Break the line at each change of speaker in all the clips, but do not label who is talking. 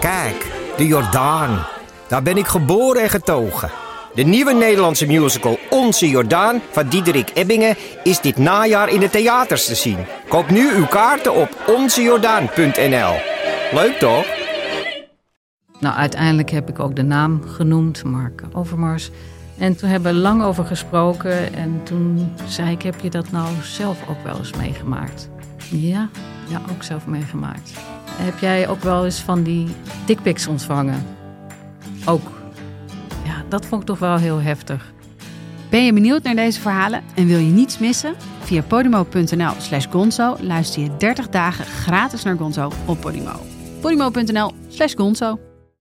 Kijk, de Jordaan. Daar ben ik geboren en getogen. De nieuwe Nederlandse musical Onze Jordaan van Diederik Ebbingen is dit najaar in de theaters te zien. Koop nu uw kaarten op onzejordaan.nl. Leuk toch?
Nou, uiteindelijk heb ik ook de naam genoemd, Mark Overmars. En toen hebben we lang over gesproken. En toen zei ik, heb je dat nou zelf ook wel eens meegemaakt? Ja, ook zelf meegemaakt. Heb jij ook wel eens van die dickpics ontvangen? Ook. Ja, dat vond ik toch wel heel heftig.
Ben je benieuwd naar deze verhalen en wil je niets missen? Via podimo.nl/Gonzo luister je 30 dagen gratis naar Gonzo op Podimo. podimo.nl/Gonzo.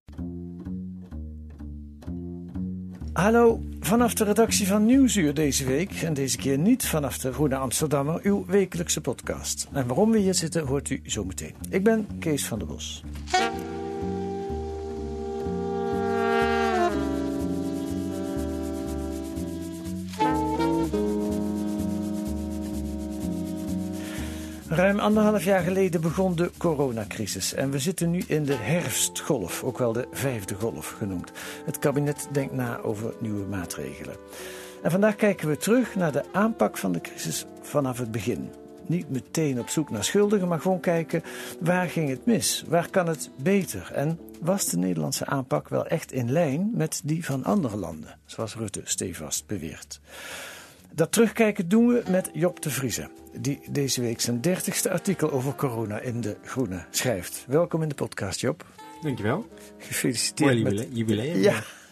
Hallo, vanaf de redactie van Nieuwsuur deze week. En deze keer niet vanaf de Groene Amsterdammer, uw wekelijkse podcast. En waarom we hier zitten, hoort u zo meteen. Ik ben Kees van der Bos. Ruim 1,5 jaar geleden begon de coronacrisis en we zitten nu in de herfstgolf, ook wel de 5e golf genoemd. Het kabinet denkt na over nieuwe maatregelen. En vandaag kijken we terug naar de aanpak van de crisis vanaf het begin. Niet meteen op zoek naar schuldigen, maar gewoon kijken waar ging het mis, waar kan het beter en was de Nederlandse aanpak wel echt in lijn met die van andere landen, zoals Rutte stevast beweert. Dat terugkijken doen we met Job de Vrieze, die deze week zijn 30ste artikel over corona in De Groene schrijft. Welkom in de podcast, Job.
Dankjewel.
Gefeliciteerd
met jubileum.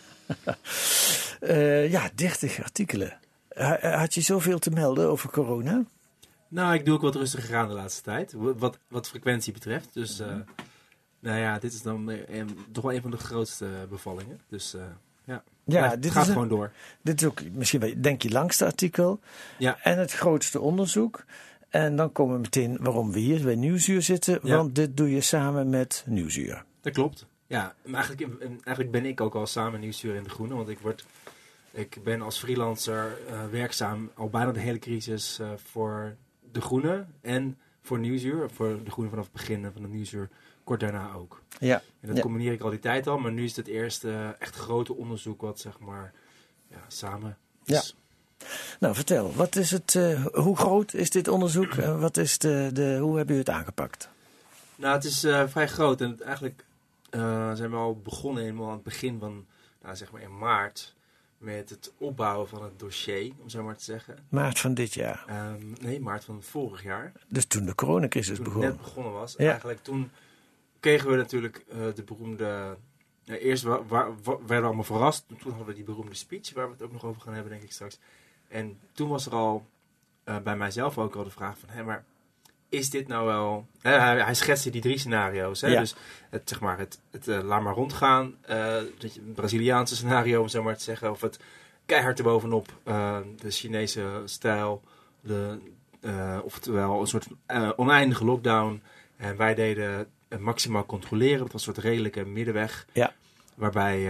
Ja, 30 artikelen. Had je zoveel te melden over corona?
Nou, ik doe ook wat rustiger aan de laatste tijd, wat frequentie betreft. Dus, dit is dan toch wel een van de grootste bevallingen. Dus, dit gaat gewoon door.
Dit is ook misschien, denk je, langste artikel.
Ja.
En het grootste onderzoek. En dan komen we meteen waarom we hier bij Nieuwsuur zitten. Ja. Want dit doe je samen met Nieuwsuur.
Dat klopt. Ja, eigenlijk ben ik ook al samen Nieuwsuur in De Groene. Want ik ben als freelancer werkzaam al bijna de hele crisis voor De Groene. En voor Nieuwsuur. Voor De Groene vanaf het begin van de Nieuwsuur. Kort daarna ook.
Ja.
En dat combineer ik al die tijd al. Maar nu is het eerste echt grote onderzoek wat samen is.
Ja. Nou, vertel. Wat is het, hoe groot is dit onderzoek? Wat is hoe hebben u het aangepakt?
Nou, het is vrij groot. En eigenlijk zijn we al begonnen helemaal aan het begin van, in maart. Met het opbouwen van het dossier, om zo maar te zeggen.
Maart van dit jaar?
Nee, maart van vorig jaar.
Dus toen de coronacrisis begon?
Toen het net begonnen was.
Ja.
Eigenlijk toen kregen we natuurlijk de beroemde... eerst werden we allemaal verrast. Toen hadden we die beroemde speech, waar we het ook nog over gaan hebben, denk ik straks. En toen was er al, bij mijzelf ook al de vraag van... maar is dit nou wel... hij schetste die 3 scenario's. Hè?
Ja.
Dus het laat maar rondgaan. Het Braziliaanse scenario, om zo maar te zeggen. Of het keihard erbovenop. De Chinese stijl. Oftewel een soort oneindige lockdown. En wij deden maximaal controleren. Dat was een soort redelijke middenweg.
Ja.
Waarbij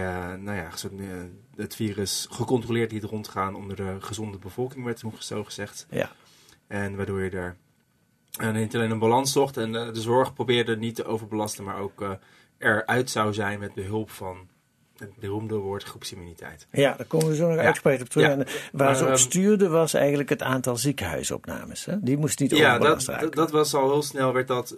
het virus gecontroleerd liet rondgaan onder de gezonde bevolking, werd toen zo gezegd.
Ja.
En waardoor je niet alleen een balans zocht en de zorg probeerde niet te overbelasten, maar ook eruit zou zijn met behulp van het beroemde woord groepsimmuniteit.
Ja, daar komen we zo nog uitgebreid op terug.
Ja.
En waar ze op stuurden was eigenlijk het aantal ziekenhuisopnames. Hè? Die moest niet overbelast raken.
Dat was al heel snel, werd dat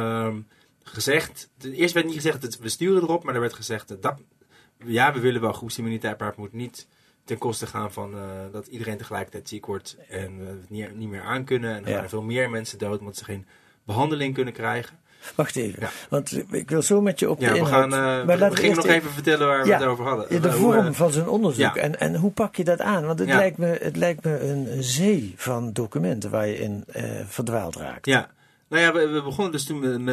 gezegd. Eerst werd niet gezegd dat we sturen erop, maar er werd gezegd we willen wel groepsimmuniteit, maar het moet niet ten koste gaan van dat iedereen tegelijkertijd ziek wordt en we het niet meer aankunnen. En dan gaan er veel meer mensen dood omdat ze geen behandeling kunnen krijgen.
Wacht even, want ik wil zo met je op de inhoud.
We gingen nog even vertellen waar we het over hadden.
De vorm van zo'n onderzoek en hoe pak je dat aan? Want het lijkt me een zee van documenten waar je in verdwaald raakt.
Ja, nou ja, we begonnen dus toen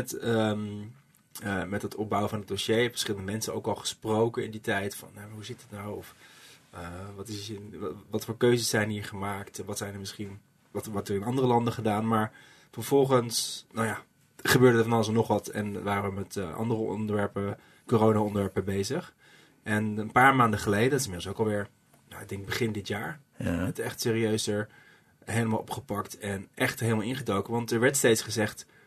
met het opbouwen van het dossier. Verschillende mensen ook al gesproken in die tijd van hoe zit het nou? Of wat voor keuzes zijn hier gemaakt? Wat zijn er misschien wat er in andere landen gedaan? Maar vervolgens, gebeurde er van alles en nog wat en waren we met andere onderwerpen, corona-onderwerpen bezig. En een paar maanden geleden, dat is inmiddels ook alweer, ik denk begin dit jaar, het echt serieuzer helemaal opgepakt en echt helemaal ingedoken. Want er werd steeds gezegd,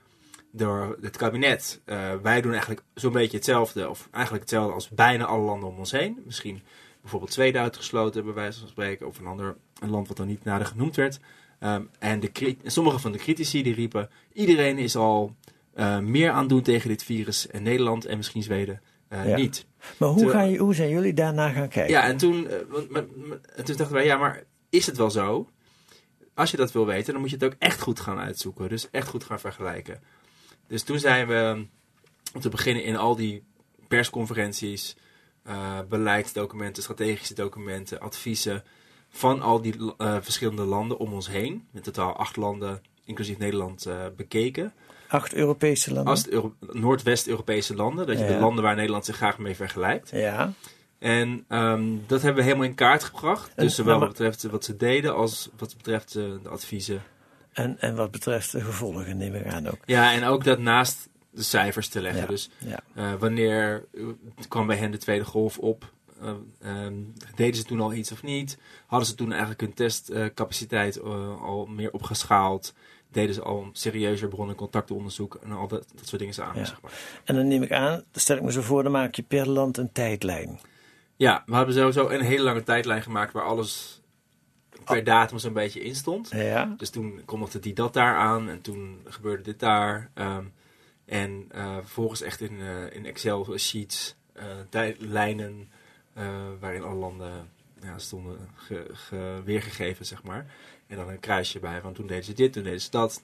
door het kabinet. Wij doen eigenlijk zo'n beetje hetzelfde, of eigenlijk hetzelfde als bijna alle landen om ons heen. Misschien bijvoorbeeld Zweden uitgesloten, bij wijze van spreken, of een land wat dan niet nader genoemd werd. En sommige van de critici die riepen, iedereen is al meer aan het doen tegen dit virus, en Nederland en misschien Zweden niet.
Maar hoe zijn jullie daarna gaan kijken?
Ja, en toen dachten wij, maar is het wel zo? Als je dat wil weten, dan moet je het ook echt goed gaan uitzoeken. Dus echt goed gaan vergelijken. Dus toen zijn we om te beginnen in al die persconferenties, beleidsdocumenten, strategische documenten, adviezen van al die verschillende landen om ons heen. In totaal 8 landen, inclusief Nederland, bekeken.
8 Europese landen?
Noordwest-Europese landen. Dat je de landen waar Nederland zich graag mee vergelijkt.
Ja.
En dat hebben we helemaal in kaart gebracht. Dus zowel wat betreft wat ze deden als wat betreft de adviezen.
En wat betreft de gevolgen, neem ik aan ook.
Ja, en ook dat naast de cijfers te leggen. Dus wanneer kwam bij hen de tweede golf op? Deden ze toen al iets of niet? Hadden ze toen eigenlijk hun testcapaciteit al meer opgeschaald? Deden ze al serieuzer bronnen- en contactonderzoek en al dat soort dingen samen, zeg maar.
En dan neem ik aan, stel ik me zo voor, dan maak je per land een tijdlijn.
Ja, we hebben sowieso een hele lange tijdlijn gemaakt waar alles per datum zo'n beetje in stond.
Ja.
Dus toen kondigde die dat daar aan en toen gebeurde dit daar. En vervolgens echt in Excel sheets, tijdlijnen waarin alle landen stonden weergegeven, zeg maar. En dan een kruisje bij, want toen deden ze dit, toen deden ze dat.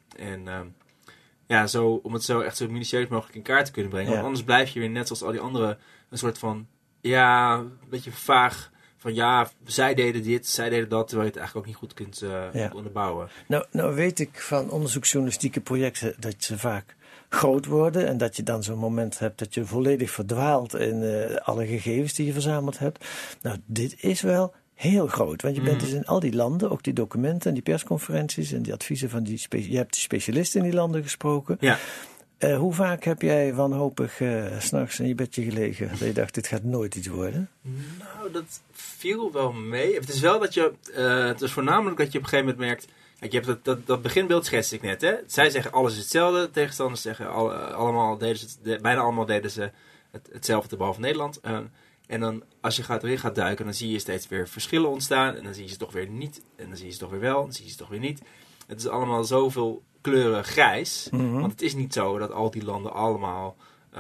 En zo, om het zo echt zo minutieus mogelijk in kaart te kunnen brengen. Want anders blijf je weer net zoals al die anderen een soort van, een beetje vaag van zij deden dit, zij deden dat, terwijl je het eigenlijk ook niet goed kunt onderbouwen.
Nou weet ik van onderzoeksjournalistieke projecten dat ze vaak groot worden en dat je dan zo'n moment hebt dat je volledig verdwaalt in alle gegevens die je verzameld hebt. Nou, dit is wel heel groot, want je bent dus in al die landen, ook die documenten en die persconferenties en die adviezen van je hebt die specialisten in die landen gesproken.
Ja.
Hoe vaak heb jij wanhopig 's nachts in je bedje gelegen dat je dacht, dit gaat nooit iets worden?
Nou, dat viel wel mee. Het is wel dat het is voornamelijk dat je op een gegeven moment merkt, kijk, je hebt dat beginbeeld schetste ik net, hè. Zij zeggen alles is hetzelfde, tegenstanders zeggen bijna allemaal deden ze hetzelfde, behalve Nederland. En dan als je erin gaat duiken, dan zie je steeds weer verschillen ontstaan. En dan zie je ze toch weer niet. En dan zie je ze toch weer wel. En dan zie je ze toch weer niet. Het is allemaal zoveel kleuren grijs.
Mm-hmm.
Want het is niet zo dat al die landen allemaal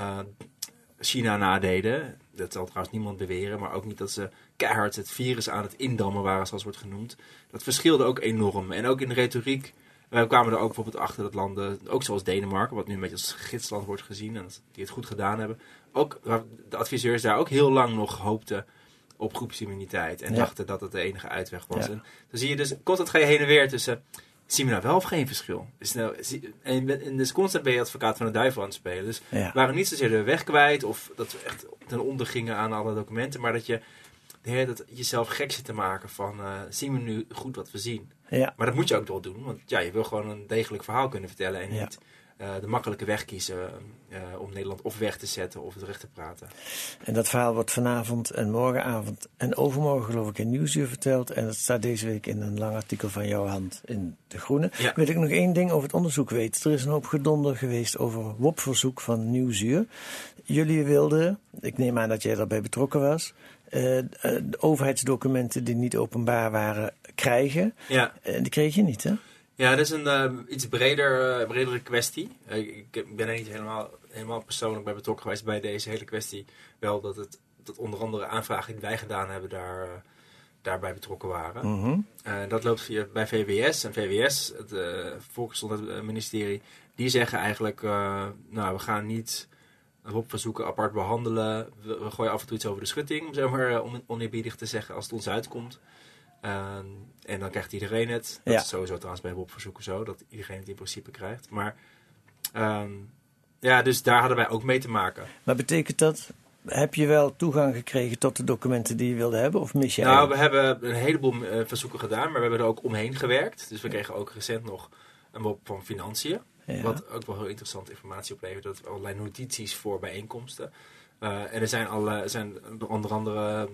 China nadeden. Dat zal trouwens niemand beweren. Maar ook niet dat ze keihard het virus aan het indammen waren, zoals wordt genoemd. Dat verschilde ook enorm. En ook in de retoriek. We kwamen er ook bijvoorbeeld achter dat landen, ook zoals Denemarken, wat nu een beetje als gidsland wordt gezien, en die het goed gedaan hebben, ook de adviseurs daar ook heel lang nog hoopten op groepsimmuniteit en dachten dat het de enige uitweg was. Ja. En dan zie je dus, constant ga je heen en weer tussen, zien we nou wel of geen verschil? Dus constant ben je advocaat van de duivel aan het spelen. Dus we waren niet zozeer de weg kwijt, of dat we echt ten onder gingen aan alle documenten, maar dat je dat jezelf gek zit te maken van, zien we nu goed wat we zien? Ja. Maar dat moet je ook wel doen, want je wil gewoon een degelijk verhaal kunnen vertellen en niet de makkelijke weg kiezen om Nederland of weg te zetten of het recht te praten. En
dat verhaal wordt vanavond en morgenavond en overmorgen geloof ik in Nieuwsuur verteld en dat staat deze week in een lang artikel van jouw hand in De Groene. Ja. Wil ik nog één ding over het onderzoek weten. Er is een hoop gedonder geweest over WOP-verzoek van Nieuwsuur. Jullie wilden, ik neem aan dat jij daarbij betrokken was, de overheidsdocumenten die niet openbaar waren krijgen. Ja. Die kreeg je niet, hè?
Ja, dat is een iets bredere kwestie. Ik ben er niet helemaal persoonlijk bij betrokken geweest bij deze hele kwestie. Wel dat onder andere aanvragen die wij gedaan hebben daarbij betrokken waren. Mm-hmm. Dat loopt bij VWS. En VWS, het Volksgezondheidsministerie, die zeggen eigenlijk, we gaan niet WOP-verzoeken apart behandelen. We gooien af en toe iets over de schutting, om zeg maar oneerbiedig te zeggen, als het ons uitkomt. En dan krijgt iedereen het. Dat is sowieso trouwens bij WOP-verzoeken zo, dat iedereen het in principe krijgt. Maar dus daar hadden wij ook mee te maken.
Maar betekent dat, heb je wel toegang gekregen tot de documenten die je wilde hebben? Of mis je
we hebben een heleboel verzoeken gedaan, maar we hebben er ook omheen gewerkt. Dus we kregen ook recent nog een WOP van Financiën. Ja. Wat ook wel heel interessante informatie oplevert. Dat er allerlei notities voor bijeenkomsten. En er zijn onder andere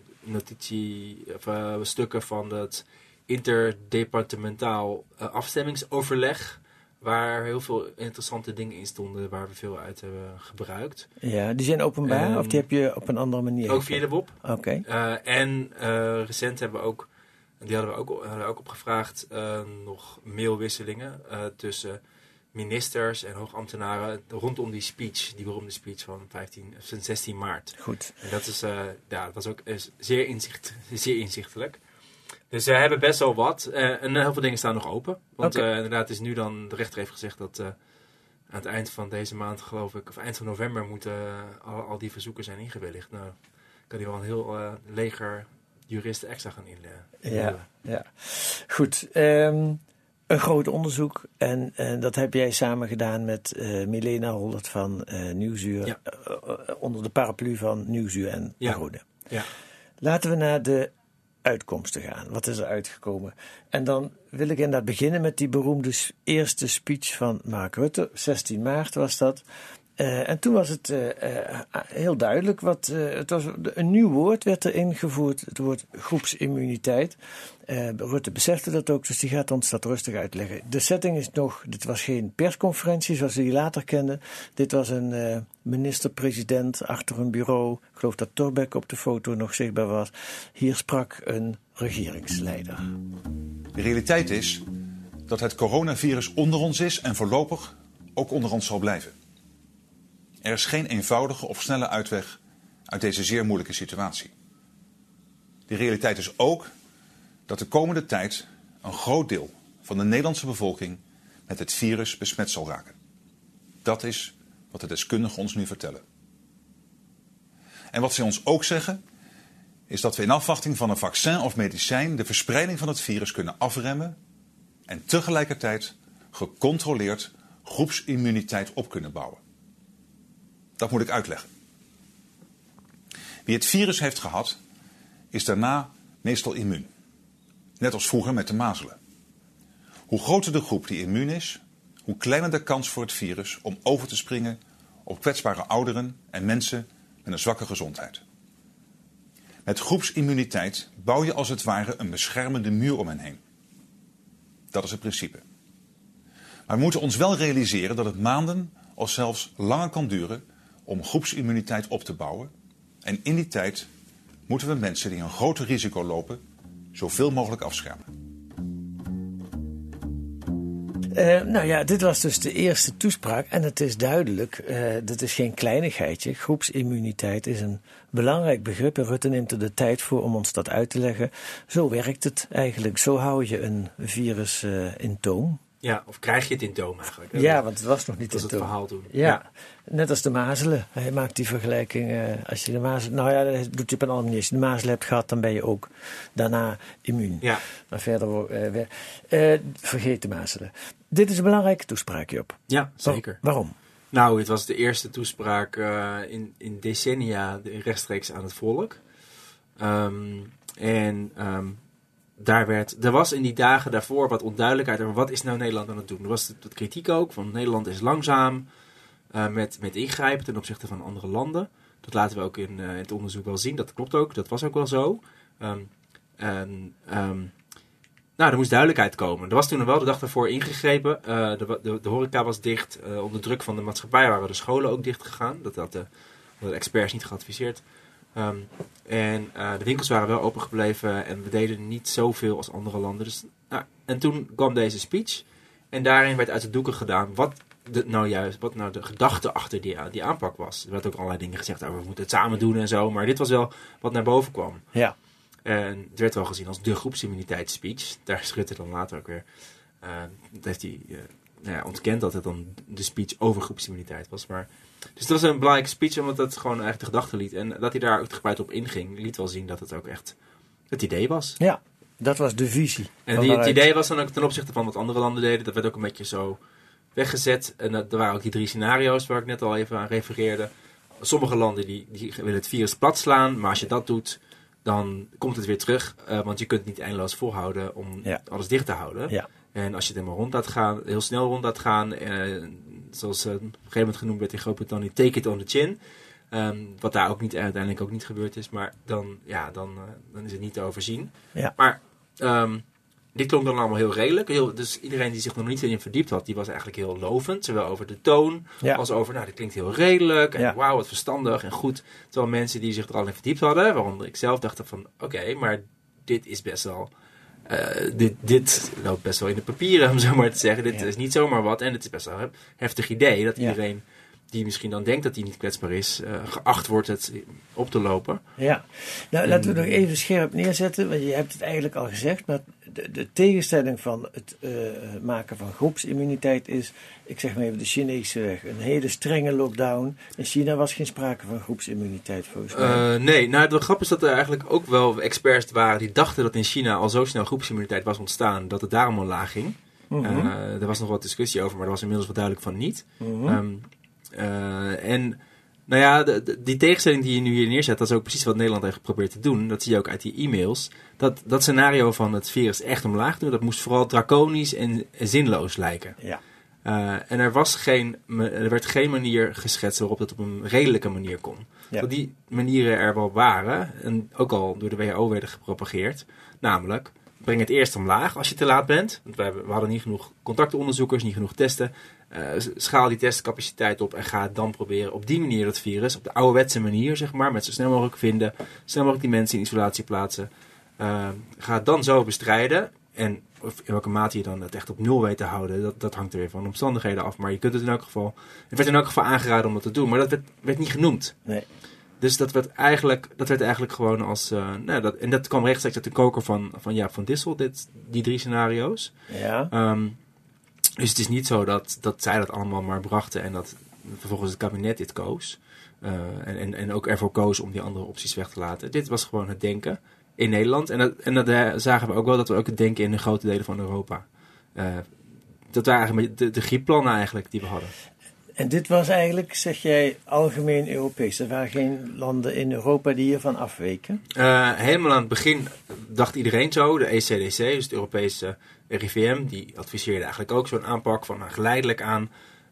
stukken van het interdepartementaal afstemmingsoverleg. waar heel veel interessante dingen in stonden waar we veel uit hebben gebruikt.
Ja, die zijn openbaar of die heb je op een andere manier?
Ook via de WOP.
Oké.
En recent hebben we ook, die hadden we ook opgevraagd, nog mailwisselingen tussen ministers en hoogambtenaren rondom die speech, die beroemde speech van 16 maart.
Goed.
En dat is, dat was ook zeer inzichtelijk. Dus we hebben best wel wat. En heel veel dingen staan nog open. Want inderdaad is nu dan, de rechter heeft gezegd dat aan het eind van deze maand, geloof ik, of eind van november moeten al die verzoeken zijn ingewilligd. Nou, kan hij wel een heel leger juristen extra gaan inleveren.
Ja. Goed. Een groot onderzoek en dat heb jij samen gedaan met Milena Holdert van Nieuwsuur. Ja. Onder de paraplu van Nieuwsuur en Rode.
Ja.
Laten we naar de uitkomsten gaan. Wat is er uitgekomen? En dan wil ik inderdaad beginnen met die beroemde eerste speech van Mark Rutte. 16 maart was dat. En toen was het heel duidelijk. Het was een nieuw woord werd er ingevoerd. Het woord groepsimmuniteit. Rutte besefte dat ook, dus die gaat ons dat rustig uitleggen. De setting is nog, dit was geen persconferentie zoals we die later kenden. Dit was een minister-president achter een bureau. Ik geloof dat Thorbecke op de foto nog zichtbaar was. Hier sprak een regeringsleider.
De realiteit is dat het coronavirus onder ons is en voorlopig ook onder ons zal blijven. Er is geen eenvoudige of snelle uitweg uit deze zeer moeilijke situatie. De realiteit is ook dat de komende tijd een groot deel van de Nederlandse bevolking met het virus besmet zal raken. Dat is wat de deskundigen ons nu vertellen. En wat ze ons ook zeggen, is dat we in afwachting van een vaccin of medicijn de verspreiding van het virus kunnen afremmen en tegelijkertijd gecontroleerd groepsimmuniteit op kunnen bouwen. Dat moet ik uitleggen. Wie het virus heeft gehad, is daarna meestal immuun. Net als vroeger met de mazelen. Hoe groter de groep die immuun is, hoe kleiner de kans voor het virus om over te springen op kwetsbare ouderen en mensen met een zwakke gezondheid. Met groepsimmuniteit bouw je als het ware een beschermende muur om hen heen. Dat is het principe. Maar we moeten ons wel realiseren dat het maanden of zelfs langer kan duren om groepsimmuniteit op te bouwen. En in die tijd moeten we mensen die een groter risico lopen zoveel mogelijk afschermen.
Dit was dus de eerste toespraak en het is duidelijk, dit is geen kleinigheidje. Groepsimmuniteit is een belangrijk begrip en Rutte neemt er de tijd voor om ons dat uit te leggen. Zo werkt het eigenlijk, zo hou je een virus in toom.
Ja, of krijg je het in toom eigenlijk. Hè?
Ja, want het was nog niet
in
toom.
Dat is het verhaal toen.
Ja, net als de mazelen. Hij maakt die vergelijking. Als je de mazelen, dat doet hij op een andere manier. Als je de mazelen hebt gehad, dan ben je ook daarna immuun.
Ja.
Maar verder, vergeet de mazelen. Dit is een belangrijke toespraak, Job.
Ja, zeker.
Waarom?
Nou, het was de eerste toespraak in decennia rechtstreeks aan het volk. Er was in die dagen daarvoor wat onduidelijkheid over wat is nou Nederland aan het doen. Er was wat kritiek ook, van Nederland is langzaam met ingrijpen ten opzichte van andere landen. Dat laten we ook in het onderzoek wel zien, dat klopt ook, dat was ook wel zo. Er moest duidelijkheid komen. Er was toen wel de dag daarvoor ingegrepen. De horeca was dicht. Onder druk van de maatschappij waren de scholen ook dicht gegaan. Dat hadden de experts niet geadviseerd. De winkels waren wel open gebleven en we deden niet zoveel als andere landen. Dus, en toen kwam deze speech en daarin werd uit de doeken gedaan wat de gedachte achter die aanpak was. Er werd ook allerlei dingen gezegd over we moeten het samen doen en zo, maar dit was wel wat naar boven kwam.
Ja.
En het werd wel gezien als de groepsimmuniteitsspeech. Daar is Rutte dan later ook weer. Dat heeft hij ontkend dat het dan de speech over groepsimmuniteit was. Maar, dus dat was een belangrijke speech, omdat het gewoon eigenlijk de gedachte liet. En dat hij daar ook uitgebreid op inging, liet wel zien dat het ook echt het idee was.
Ja, dat was de visie.
En het idee was dan ook ten opzichte van wat andere landen deden. Dat werd ook een beetje zo weggezet. En er waren ook die 3 scenario's waar ik net al even aan refereerde. Sommige landen die willen het virus plat slaan, maar als je dat doet, dan komt het weer terug. Want je kunt het niet eindeloos volhouden om alles dicht te houden. Ja. En als je het helemaal rond laat gaan, heel snel rond laat gaan, zoals op een gegeven moment genoemd werd in Groot-Brittannië, take it on the chin. Wat daar uiteindelijk ook niet gebeurd is, maar dan is het niet te overzien. Ja. Maar dit klonk dan allemaal heel redelijk. Dus iedereen die zich nog niet in verdiept had, die was eigenlijk heel lovend. Zowel over de toon als over, dit klinkt heel redelijk. En wauw, wat verstandig en goed. Terwijl mensen die zich er al in verdiept hadden, waaronder ik zelf, dachten van oké, maar dit is best wel... Dit loopt best wel in de papieren, om zo maar te zeggen. Dit is niet zomaar wat. En het is best wel een heftig idee dat iedereen die misschien dan denkt dat hij niet kwetsbaar is, geacht wordt het op te lopen. Ja,
nou laten we nog even scherp neerzetten, want je hebt het eigenlijk al gezegd, maar de tegenstelling van het maken van groepsimmuniteit is, ik zeg maar even de Chinese weg, een hele strenge lockdown. In China was geen sprake van groepsimmuniteit volgens mij.
Nee, nou de grap is dat er eigenlijk ook wel experts waren die dachten dat in China al zo snel groepsimmuniteit was ontstaan, dat het daarom al laag ging. Er was nog wat discussie over, maar er was inmiddels wel duidelijk van niet. En nou ja, die tegenstelling die je nu hier neerzet, dat is ook precies wat Nederland heeft geprobeerd te doen. Dat zie je ook uit die e-mails. Dat scenario van het virus echt omlaag doen, dat moest vooral draconisch en zinloos lijken. Ja. En er werd geen manier geschetst waarop dat op een redelijke manier kon. Ja. Dat die manieren er wel waren, en ook al door de WHO werden gepropageerd. Namelijk, breng het eerst omlaag als je te laat bent. Want we hadden niet genoeg contactonderzoekers, niet genoeg testen. Schaal die testcapaciteit op en ga dan proberen op die manier het virus, op de ouderwetse manier zeg maar, met zo snel mogelijk vinden, snel mogelijk die mensen in isolatie plaatsen. Ga het dan zo bestrijden. En in welke mate je dan het echt op nul weet te houden, dat hangt er weer van omstandigheden af. Maar je kunt het in elk geval, het werd in elk geval aangeraden om dat te doen, maar dat werd niet genoemd. Nee. Dus dat werd eigenlijk gewoon als... en dat kwam rechtstreeks uit de koker van Jaap van Dissel, die 3 scenario's. Ja. Dus het is niet zo dat zij dat allemaal maar brachten en dat vervolgens het kabinet dit koos. En ook ervoor koos om die andere opties weg te laten. Dit was gewoon het denken in Nederland. En dat zagen we ook wel, dat we ook het denken in de grote delen van Europa. Dat waren eigenlijk de griepplannen eigenlijk die we hadden.
En dit was eigenlijk, zeg jij, algemeen Europees. Er waren geen landen in Europa die hiervan afweken?
Helemaal aan het begin dacht iedereen zo. De ECDC, dus het Europese RIVM, die adviseerde eigenlijk ook zo'n aanpak van geleidelijk aan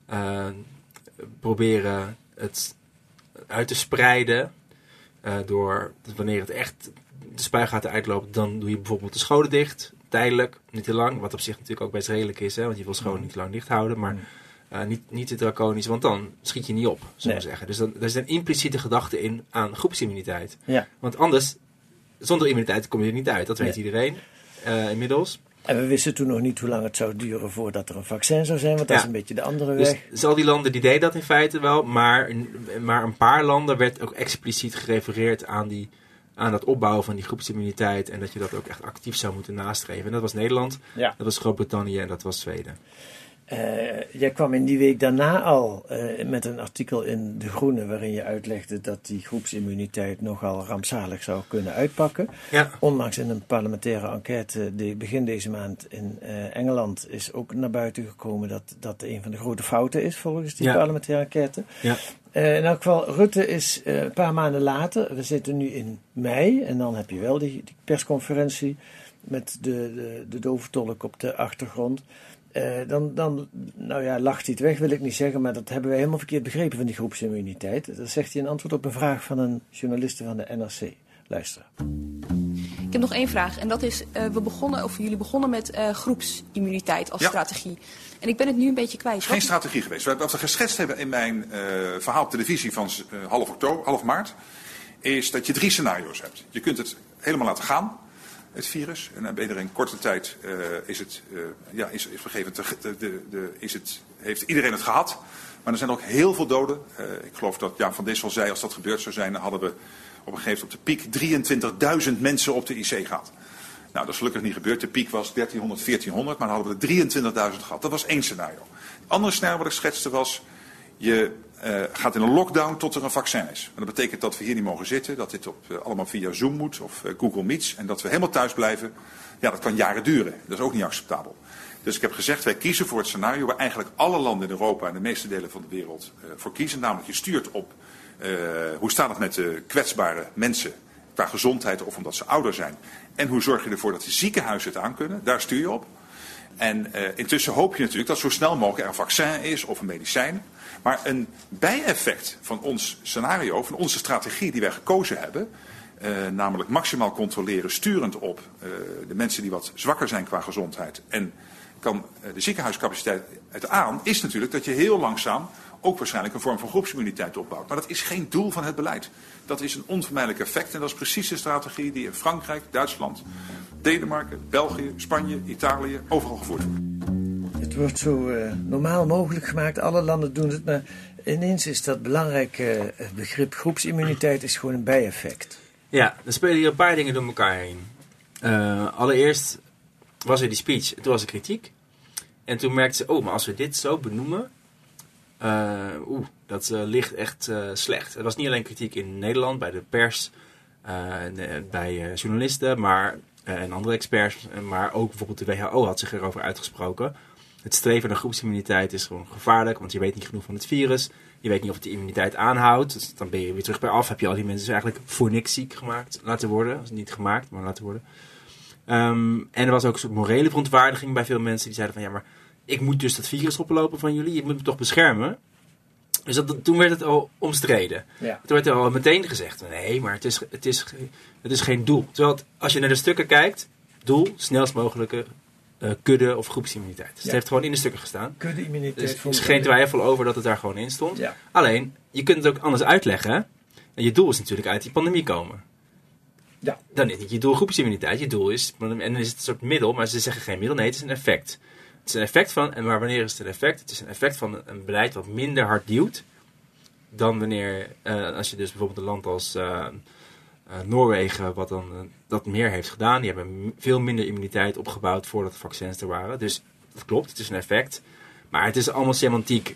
proberen het uit te spreiden. Door wanneer het echt de spuigaten uitloopt, dan doe je bijvoorbeeld de scholen dicht. Tijdelijk, niet te lang. Wat op zich natuurlijk ook best redelijk is, hè, want je wil scholen niet te lang dicht houden. Maar niet te draconisch, want dan schiet je niet op, zullen we zeggen. Dus er is een impliciete gedachte in aan groepsimmuniteit. Ja. Want anders, zonder immuniteit kom je er niet uit. Dat weet iedereen inmiddels.
En we wisten toen nog niet hoe lang het zou duren voordat er een vaccin zou zijn, want dat is een beetje de andere weg.
Dus al die landen die deden dat in feite wel, maar een paar landen werd ook expliciet gerefereerd aan dat opbouwen van die groepsimmuniteit en dat je dat ook echt actief zou moeten nastreven. En dat was Nederland, dat was Groot-Brittannië en dat was Zweden.
Jij kwam in die week daarna al met een artikel in De Groene waarin je uitlegde dat die groepsimmuniteit nogal rampzalig zou kunnen uitpakken. Ja. Onlangs in een parlementaire enquête begin deze maand in Engeland is ook naar buiten gekomen dat een van de grote fouten is volgens die parlementaire enquête. Ja. In elk geval, Rutte is een paar maanden later, we zitten nu in mei en dan heb je wel die persconferentie met de dove tolk op de achtergrond. Dan lacht hij het weg, wil ik niet zeggen, maar dat hebben wij helemaal verkeerd begrepen van die groepsimmuniteit. Dat zegt hij in antwoord op een vraag van een journaliste van de NRC. Luister.
Ik heb nog 1 vraag en dat is, jullie begonnen met groepsimmuniteit als strategie. En ik ben het nu een beetje kwijt.
Geen strategie geweest. Wat we geschetst hebben in mijn verhaal op televisie van half maart, is dat je 3 scenario's hebt. Je kunt het helemaal laten gaan, het virus. En dan binnen een korte tijd heeft iedereen het gehad. Maar er zijn ook heel veel doden. Ik geloof dat Jaap van Dissel zei, als dat gebeurd zou zijn, dan hadden we op een gegeven moment op de piek 23.000 mensen op de IC gehad. Nou, dat is gelukkig niet gebeurd. De piek was 1300, 1400, maar dan hadden we er 23.000 gehad. Dat was 1 scenario. Het andere scenario wat ik schetste was, je gaat in een lockdown tot er een vaccin is. En dat betekent dat we hier niet mogen zitten, dat dit allemaal via Zoom moet of Google Meets. En dat we helemaal thuis blijven. Ja, dat kan jaren duren. Dat is ook niet acceptabel. Dus ik heb gezegd, wij kiezen voor het scenario waar eigenlijk alle landen in Europa en de meeste delen van de wereld voor kiezen. Namelijk, je stuurt op hoe staat het met de kwetsbare mensen qua gezondheid of omdat ze ouder zijn. En hoe zorg je ervoor dat de ziekenhuizen het aankunnen. Daar stuur je op. En intussen hoop je natuurlijk dat zo snel mogelijk er een vaccin is of een medicijn. Maar een bijeffect van ons scenario, van onze strategie die wij gekozen hebben, Namelijk maximaal controleren, sturend op de mensen die wat zwakker zijn qua gezondheid. En kan de ziekenhuiscapaciteit het aan, is natuurlijk dat je heel langzaam ook waarschijnlijk een vorm van groepsimmuniteit opbouwt. Maar dat is geen doel van het beleid. Dat is een onvermijdelijk effect en dat is precies de strategie die in Frankrijk, Duitsland, Denemarken, België, Spanje, Italië overal gevoerd wordt.
Het wordt zo normaal mogelijk gemaakt. Alle landen doen het, maar ineens is dat belangrijke begrip groepsimmuniteit is gewoon een bijeffect.
Ja, er spelen hier een paar dingen door elkaar heen. Allereerst was er die speech, toen was er kritiek. En toen merkten ze, maar als we dit zo benoemen, dat ligt echt slecht. Er was niet alleen kritiek in Nederland, bij de pers, bij journalisten, maar en andere experts, maar ook bijvoorbeeld de WHO had zich erover uitgesproken. Het streven naar groepsimmuniteit is gewoon gevaarlijk, want je weet niet genoeg van het virus. Je weet niet of het de immuniteit aanhoudt. Dus dan ben je weer terug bij af. Heb je al die mensen dus eigenlijk voor niks ziek laten worden. Dus niet gemaakt, maar laten worden. En er was ook een soort morele verontwaardiging bij veel mensen die zeiden van, ja, maar ik moet dus dat virus oplopen van jullie. Je moet me toch beschermen. Dus toen werd het al omstreden. Ja. Toen werd er al meteen gezegd, nee, maar het is geen doel. Terwijl als je naar de stukken kijkt, doel, snelst mogelijke kudde of groepsimmuniteit. Dus het heeft gewoon in de stukken gestaan.
Kudde-immuniteit.
Dus er is geen twijfel over dat het daar gewoon in stond.
Ja.
Alleen, je kunt het ook anders uitleggen. En je doel is natuurlijk uit die pandemie komen.
Ja.
Dan is niet je doel groepsimmuniteit. Je doel is, en dan is het een soort middel, maar ze zeggen geen middel. Nee, het is een effect. Het is een effect van, maar wanneer is het een effect? Het is een effect van een beleid wat minder hard duwt dan wanneer, als je dus bijvoorbeeld een land als Noorwegen, wat dan dat meer heeft gedaan. Die hebben veel minder immuniteit opgebouwd voordat de vaccins er waren. Dus dat klopt, het is een effect. Maar het is allemaal semantiek.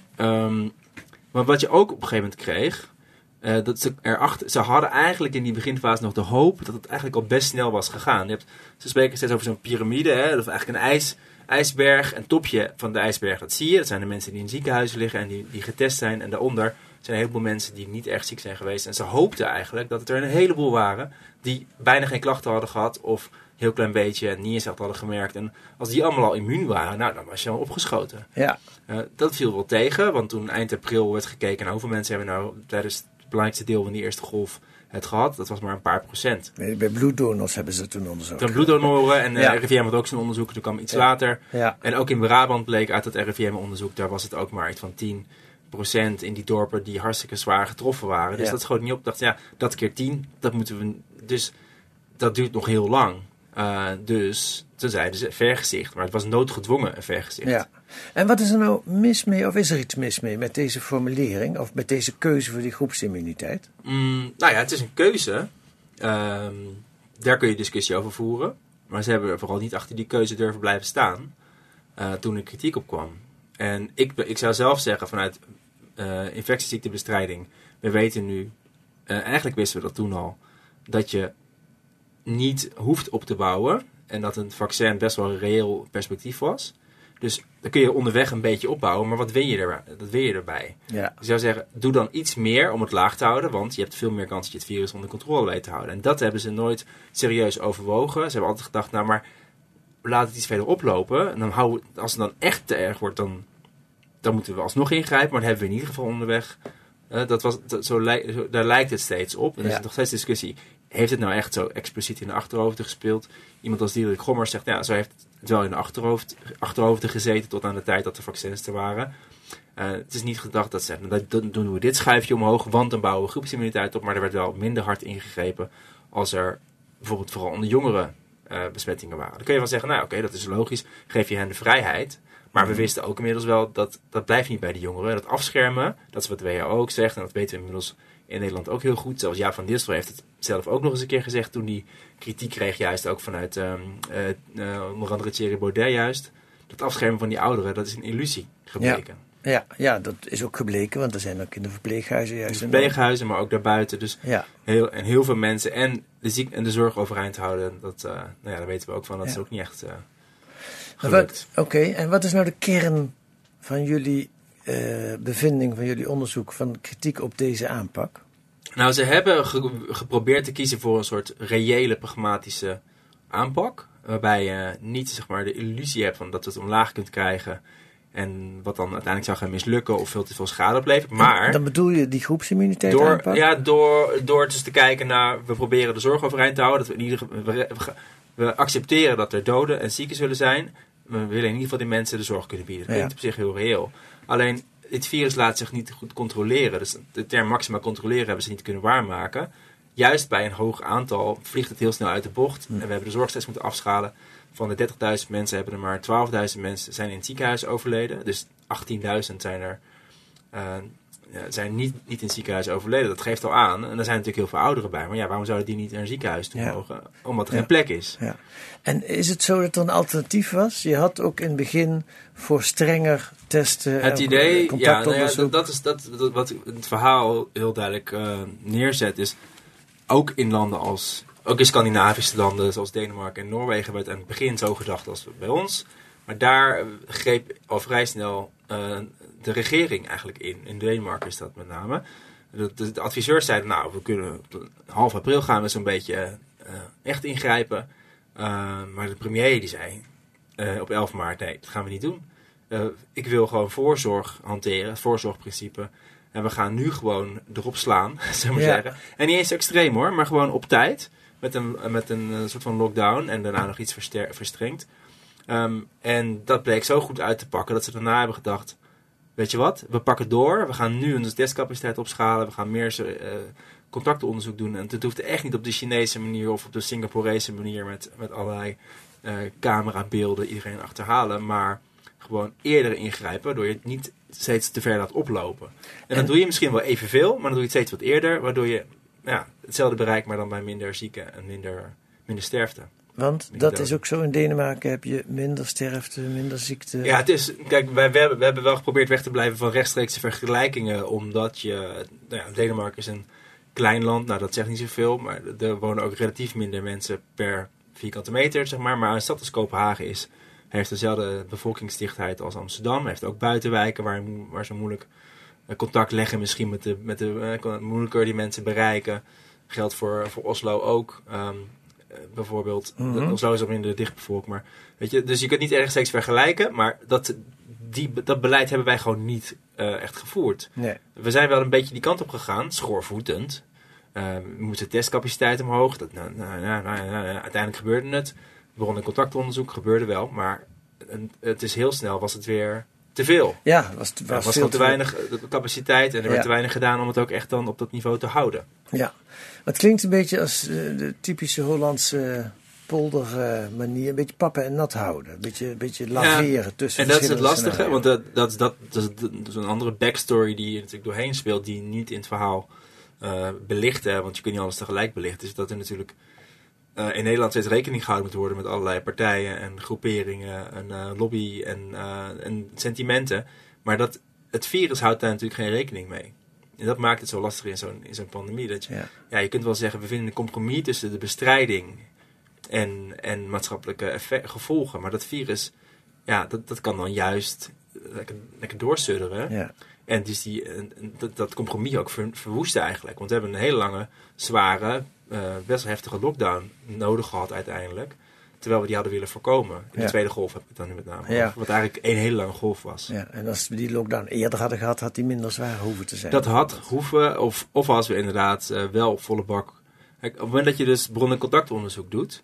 Maar wat je ook op een gegeven moment kreeg, dat ze hadden eigenlijk in die beginfase nog de hoop dat het eigenlijk al best snel was gegaan. Ze spreken steeds over zo'n piramide, hè, of eigenlijk een ijsberg. En topje van de ijsberg, dat zie je. Dat zijn de mensen die in ziekenhuizen liggen en die getest zijn. En daaronder zijn een heleboel mensen die niet echt ziek zijn geweest. En ze hoopten eigenlijk dat het er een heleboel waren die bijna geen klachten hadden gehad of een heel klein beetje en niet eens echt hadden gemerkt. En als die allemaal al immuun waren, nou, dan was je al opgeschoten. Ja. Dat viel wel tegen, want toen eind april werd gekeken naar hoeveel mensen hebben nou tijdens het belangrijkste deel van die eerste golf het gehad. Dat was maar een paar procent.
Bij bloeddonors hebben ze toen onderzocht.
Toen bloeddonoren en RIVM had ook zo'n onderzoek, toen kwam iets later. Ja. En ook in Brabant bleek uit dat RIVM-onderzoek, daar was het ook maar iets van 10% in die dorpen die hartstikke zwaar getroffen waren. Dus dat schoot niet op. Ik dacht, dat keer 10, dat moeten we. Dus dat duurt nog heel lang. Dus toen zeiden ze vergezicht, maar het was noodgedwongen een vergezicht. Ja.
En wat is er nou mis mee, of is er iets mis mee met deze formulering, of met deze keuze voor die groepsimmuniteit?
Het is een keuze. Daar kun je discussie over voeren. Maar ze hebben vooral niet achter die keuze durven blijven staan toen er kritiek op kwam. En ik zou zelf zeggen vanuit infectieziektebestrijding, we weten nu, eigenlijk wisten we dat toen al, dat je niet hoeft op te bouwen en dat een vaccin best wel een reëel perspectief was. Dus dan kun je onderweg een beetje opbouwen, maar wat win je erbij? Ja. Ik zou zeggen, doe dan iets meer om het laag te houden, want je hebt veel meer kans dat je het virus onder controle weet te houden. En dat hebben ze nooit serieus overwogen. Ze hebben altijd gedacht, nou maar laat het iets verder oplopen. En dan als het dan echt te erg wordt, dan moeten we alsnog ingrijpen, maar dat hebben we in ieder geval onderweg. Daar lijkt het steeds op. En er is nog steeds discussie. Heeft het nou echt zo expliciet in de achterhoofden gespeeld? Iemand als Diederik Gommers zegt, zo heeft het wel in de achterhoofden gezeten tot aan de tijd dat de vaccins er waren. Het is niet gedacht dat dan doen we dit schuifje omhoog, want dan bouwen we groepsimmuniteit op. Maar er werd wel minder hard ingegrepen als er bijvoorbeeld vooral onder jongeren besmettingen waren. Dan kun je wel zeggen, oké, dat is logisch. Geef je hen de vrijheid. Maar we wisten ook inmiddels wel dat blijft niet bij de jongeren. Dat afschermen, dat is wat de WHO ook zegt. En dat weten we inmiddels in Nederland ook heel goed. Zelfs Jaap van Distel heeft het zelf ook nog eens een keer gezegd toen hij kritiek kreeg, juist ook vanuit onder andere Thierry Baudet juist. Dat afschermen van die ouderen, dat is een illusie gebleken.
Ja, dat is ook gebleken, want er zijn ook in de verpleeghuizen juist.
In de verpleeghuizen, maar ook daarbuiten. Dus heel veel mensen en de zorg overeind houden, daar weten we ook van. Dat is ook niet echt gelukt.
Oké, en wat is nou de kern van jullie bevinding, van jullie onderzoek, van kritiek op deze aanpak?
Nou, ze hebben geprobeerd te kiezen voor een soort reële, pragmatische aanpak. Waarbij je niet de illusie hebt van dat je het omlaag kunt krijgen. En wat dan uiteindelijk zou gaan mislukken of veel te veel schade oplevert. Maar
Dan bedoel je die groepsimmuniteit aanpakken?
Door dus te kijken naar, we proberen de zorg overeind te houden. Dat we accepteren dat er doden en zieken zullen zijn. We willen in ieder geval die mensen de zorg kunnen bieden. Dat klinkt op zich heel reëel. Alleen, dit virus laat zich niet goed controleren. Dus de term maximaal controleren hebben ze niet kunnen waarmaken. Juist bij een hoog aantal vliegt het heel snel uit de bocht. En we hebben de zorg steeds moeten afschalen. Van de 30.000 mensen hebben er maar 12.000 mensen zijn in het ziekenhuis overleden. Dus 18.000 zijn niet in het ziekenhuis overleden. Dat geeft al aan. En er zijn natuurlijk heel veel ouderen bij. Maar waarom zouden die niet naar een ziekenhuis toe mogen? Omdat er geen plek is. Ja.
En is het zo dat er een alternatief was? Je had ook in het begin voor strenger testen.
Het idee, dat is wat het verhaal heel duidelijk neerzet. Is ook in landen ook in Scandinavische landen zoals Denemarken en Noorwegen werd aan het begin zo gedacht als bij ons. Maar daar greep al vrij snel de regering eigenlijk in. In Denemarken is dat met name. De adviseurs zeiden, we kunnen half april gaan we zo'n beetje echt ingrijpen. Maar de premier die zei op 11 maart, nee, dat gaan we niet doen. Ik wil gewoon voorzorg hanteren, het voorzorgprincipe. En we gaan nu gewoon erop slaan, zullen we zeggen. En niet eens extreem hoor, maar gewoon op tijd. Met een soort van lockdown en daarna nog iets verstrengd. En dat bleek zo goed uit te pakken dat ze daarna hebben gedacht, weet je wat, we pakken door. We gaan nu onze testcapaciteit opschalen. We gaan meer contactonderzoek doen. En het hoeft echt niet op de Chinese manier of op de Singaporese manier met allerlei camerabeelden iedereen achterhalen. Maar gewoon eerder ingrijpen, waardoor je het niet steeds te ver laat oplopen. En dan doe je misschien wel evenveel, maar dan doe je het steeds wat eerder, waardoor je hetzelfde bereikt, maar dan bij minder zieken en minder sterfte.
Want dat is ook zo, in Denemarken heb je minder sterfte, minder ziekte.
Ja, het is, kijk, we hebben wel geprobeerd weg te blijven van rechtstreekse vergelijkingen, omdat Denemarken is een klein land, dat zegt niet zoveel, maar er wonen ook relatief minder mensen per vierkante meter, zeg maar. Maar een stad als Kopenhagen heeft dezelfde bevolkingsdichtheid als Amsterdam, heeft ook buitenwijken waar ze moeilijk contact leggen misschien met de moeilijker die mensen bereiken. Geldt voor Oslo ook. Bijvoorbeeld. Oslo is ook minder dichtbevolkt. Maar, weet je, dus je kunt niet rechtstreeks vergelijken. Maar dat beleid hebben wij gewoon niet echt gevoerd. Nee. We zijn wel een beetje die kant op gegaan. Schoorvoetend. We moesten testcapaciteit omhoog. Uiteindelijk gebeurde het. Bron- en contactonderzoek gebeurde wel. Maar het is heel snel was het weer te veel.
Ja,
was gewoon te weinig capaciteit. En er werd te weinig gedaan om het ook echt dan op dat niveau te houden.
Ja, het klinkt een beetje als de typische Hollandse poldermanier. Een beetje pappen en nat houden. Een beetje laveren tussen.
En dat is het lastige. Want dat is een andere backstory die je natuurlijk doorheen speelt. Die niet in het verhaal belichten. Want je kunt niet alles tegelijk belichten. Dus dat er natuurlijk in Nederland steeds rekening gehouden moet worden met allerlei partijen en groeperingen en lobby en sentimenten. Maar het virus houdt daar natuurlijk geen rekening mee. En dat maakt het zo lastig in zo'n pandemie. Dat je kunt wel zeggen, we vinden een compromis tussen de bestrijding en maatschappelijke gevolgen. Maar dat virus, dat kan dan juist lekker doorsudderen. Ja. En dus dat compromis ook verwoesten eigenlijk. Want we hebben een hele lange, zware, best wel heftige lockdown nodig gehad uiteindelijk. Terwijl we die hadden willen voorkomen. In de tweede golf heb ik het dan nu met name over. Wat eigenlijk een hele lange golf was. Ja,
en als we die lockdown eerder hadden gehad, had die minder zwaar hoeven te zijn.
Dat had hoeven, of als we inderdaad wel op volle bak. Kijk, op het moment dat je dus bron- en contactonderzoek doet,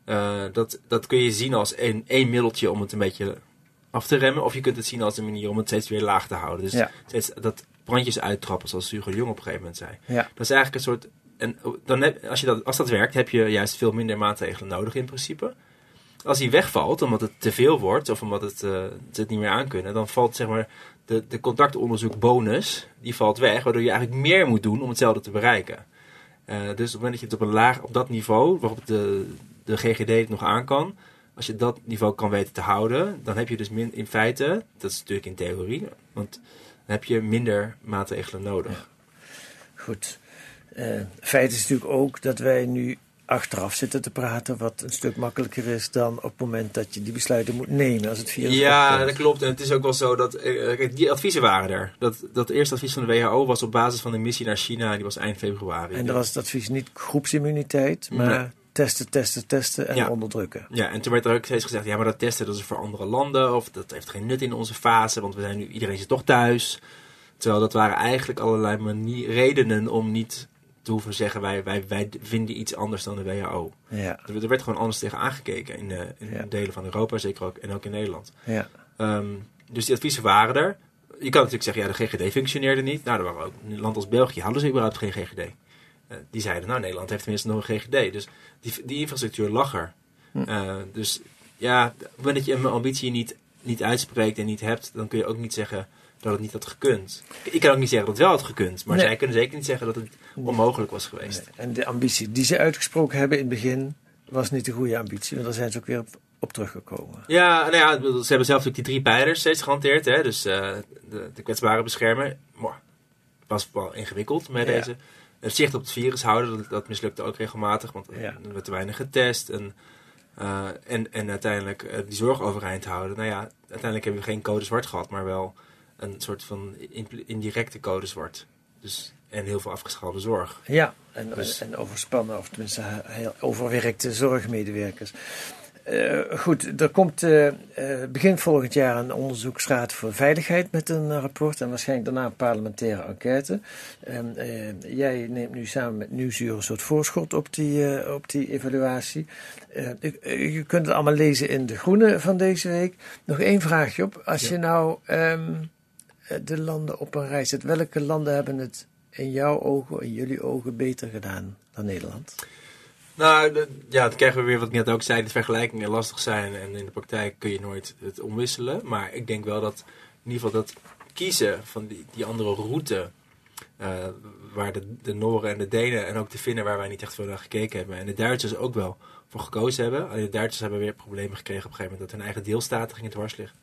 dat kun je zien als één middeltje om het een beetje af te remmen. Of je kunt het zien als een manier om het steeds weer laag te houden. Dus steeds dat brandjes uittrappen, zoals Hugo de Jong op een gegeven moment zei. Ja. Dat is eigenlijk een soort. En dan als dat werkt, heb je juist veel minder maatregelen nodig in principe. Als die wegvalt, omdat het te veel wordt, of omdat ze het niet meer aankunnen, dan valt zeg maar de contactonderzoek bonus, die valt weg, waardoor je eigenlijk meer moet doen om hetzelfde te bereiken. Dus op het moment dat je het op dat niveau, waarop de GGD het nog aan kan, als je dat niveau kan weten te houden, dan heb je dus in feite, dat is natuurlijk in theorie, want dan heb je minder maatregelen nodig. Ja.
Goed. Feit is natuurlijk ook dat wij nu achteraf zitten te praten, wat een stuk makkelijker is dan op het moment dat je die besluiten moet nemen als het virus opkomt.
Dat klopt. En het is ook wel zo dat die adviezen waren er. Dat eerste advies van de WHO was op basis van de missie naar China, die was eind februari.
En dat was het advies niet groepsimmuniteit, maar testen en onderdrukken.
Ja, en toen werd er ook steeds gezegd, ja, maar dat testen dat is voor andere landen, of dat heeft geen nut in onze fase, want iedereen zit toch thuis. Terwijl dat waren eigenlijk allerlei redenen om niet te hoeven zeggen, wij vinden iets anders dan de WHO.
Ja.
Er werd gewoon anders tegen aangekeken in delen van Europa, zeker ook, en ook in Nederland.
Ja.
Dus die adviezen waren er. Je kan natuurlijk zeggen, ja, de GGD functioneerde niet. Nou, er waren ook een land als België, hadden ze überhaupt geen GGD. Die zeiden, nou, Nederland heeft tenminste nog een GGD. Dus die infrastructuur lag er. Dus ja, op het moment dat je een ambitie niet uitspreekt en niet hebt, dan kun je ook niet zeggen dat het niet had gekund. Ik kan ook niet zeggen dat het wel had gekund, maar zij kunnen zeker niet zeggen dat het onmogelijk was geweest.
Nee. En de ambitie die ze uitgesproken hebben in het begin was niet de goede ambitie, want daar zijn ze ook weer op teruggekomen. Ja,
nou ja, ze hebben zelf natuurlijk die 3 pijlers steeds gehanteerd. Hè? Dus de kwetsbaren beschermen. Was wel ingewikkeld met deze. Het zicht op het virus houden, dat mislukte ook regelmatig, want er werd te weinig getest. En uiteindelijk die zorg overeind houden. Nou ja, uiteindelijk hebben we geen code zwart gehad, maar wel een soort van indirecte code zwart. Dus, en heel veel afgeschaalde zorg.
Ja, en overspannen, of tenminste heel overwerkte zorgmedewerkers. Goed, er komt begin volgend jaar een onderzoeksraad voor veiligheid met een rapport en waarschijnlijk daarna een parlementaire enquête. Jij neemt nu samen met Nieuwsuur een soort voorschot op die evaluatie. Je kunt het allemaal lezen in De Groene van deze week. Nog 1 vraagje op. Als je nou de landen op een rij zet, welke landen hebben het in jouw ogen, in jullie ogen beter gedaan dan Nederland?
Nou, dan krijgen we weer wat ik net ook zei, dat vergelijkingen lastig zijn en in de praktijk kun je nooit het omwisselen. Maar ik denk wel dat in ieder geval dat kiezen van die andere route, waar de Noren en de Denen en ook de Finnen, waar wij niet echt veel naar gekeken hebben, en de Duitsers ook wel voor gekozen hebben. Alleen de Duitsers hebben weer problemen gekregen op een gegeven moment dat hun eigen deelstaten gingen dwars liggen.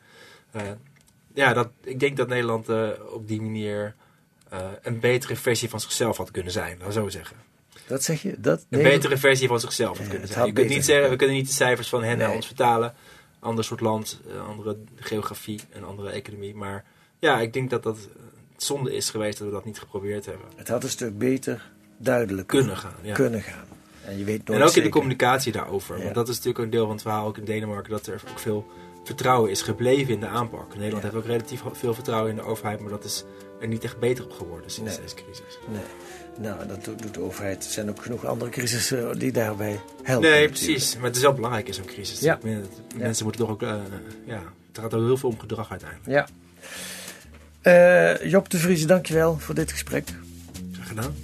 Ik denk dat Nederland op die manier een betere versie van zichzelf had kunnen zijn, laten we zo zeggen.
Dat zeg je?
Een betere versie van zichzelf had kunnen zijn. Je kunt niet zeggen, we kunnen niet de cijfers van hen naar ons vertalen. Ander soort land, andere geografie, een andere economie. Maar ja, ik denk dat het zonde is geweest dat we dat niet geprobeerd hebben.
Het had een stuk beter, duidelijk
kunnen gaan. Ja.
En je weet nooit
en ook
zeker.
in de communicatie daarover. Ja. Want dat is natuurlijk een deel van het verhaal, ook in Denemarken, dat er ook veel vertrouwen is gebleven in de aanpak. Nederland heeft ook relatief veel vertrouwen in de overheid, maar dat is er niet echt beter op geworden sinds deze crisis.
Nee. Nou, dat doet de overheid. Er zijn ook genoeg andere crisissen die daarbij helpen.
Nee,
natuurlijk.
Precies. Maar het is wel belangrijk in zo'n crisis.
Ja.
Mensen moeten toch ook... het gaat ook heel veel om gedrag uiteindelijk.
Ja. Job de Vries, dankjewel voor dit gesprek.
Graag gedaan.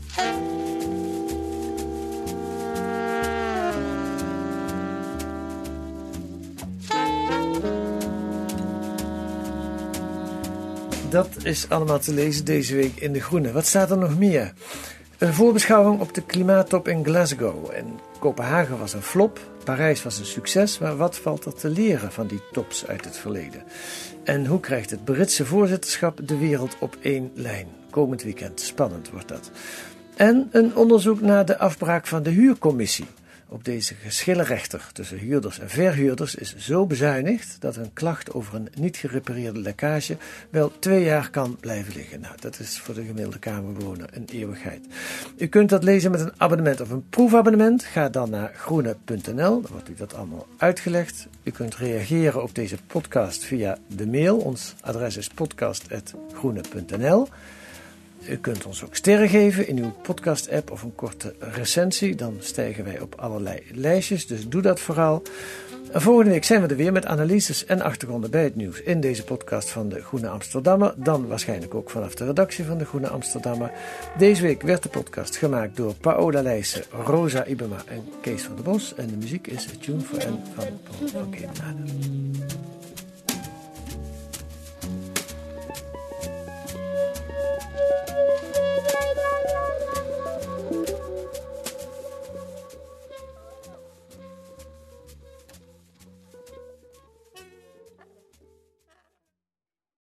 Dat is allemaal te lezen deze week in De Groene. Wat staat er nog meer? Een voorbeschouwing op de klimaattop in Glasgow. En Kopenhagen was een flop, Parijs was een succes. Maar wat valt er te leren van die tops uit het verleden? En hoe krijgt het Britse voorzitterschap de wereld op 1 lijn? Komend weekend, spannend wordt dat. En een onderzoek naar de afbraak van de huurcommissie. Op deze geschillenrechter tussen huurders en verhuurders is zo bezuinigd dat een klacht over een niet gerepareerde lekkage wel 2 jaar kan blijven liggen. Nou, dat is voor de gemiddelde kamerbewoner een eeuwigheid. U kunt dat lezen met een abonnement of een proefabonnement. Ga dan naar groene.nl, dan wordt u dat allemaal uitgelegd. U kunt reageren op deze podcast via de mail. Ons adres is podcast@groene.nl. U kunt ons ook sterren geven in uw podcast-app of een korte recensie. Dan stijgen wij op allerlei lijstjes, dus doe dat vooral. En volgende week zijn we er weer met analyses en achtergronden bij het nieuws in deze podcast van de Groene Amsterdammer. Dan waarschijnlijk ook vanaf de redactie van de Groene Amsterdammer. Deze week werd de podcast gemaakt door Paola Leijsen, Rosa Ibema en Kees van der Bos. En de muziek is A Tune for N van Paul van Kemenade.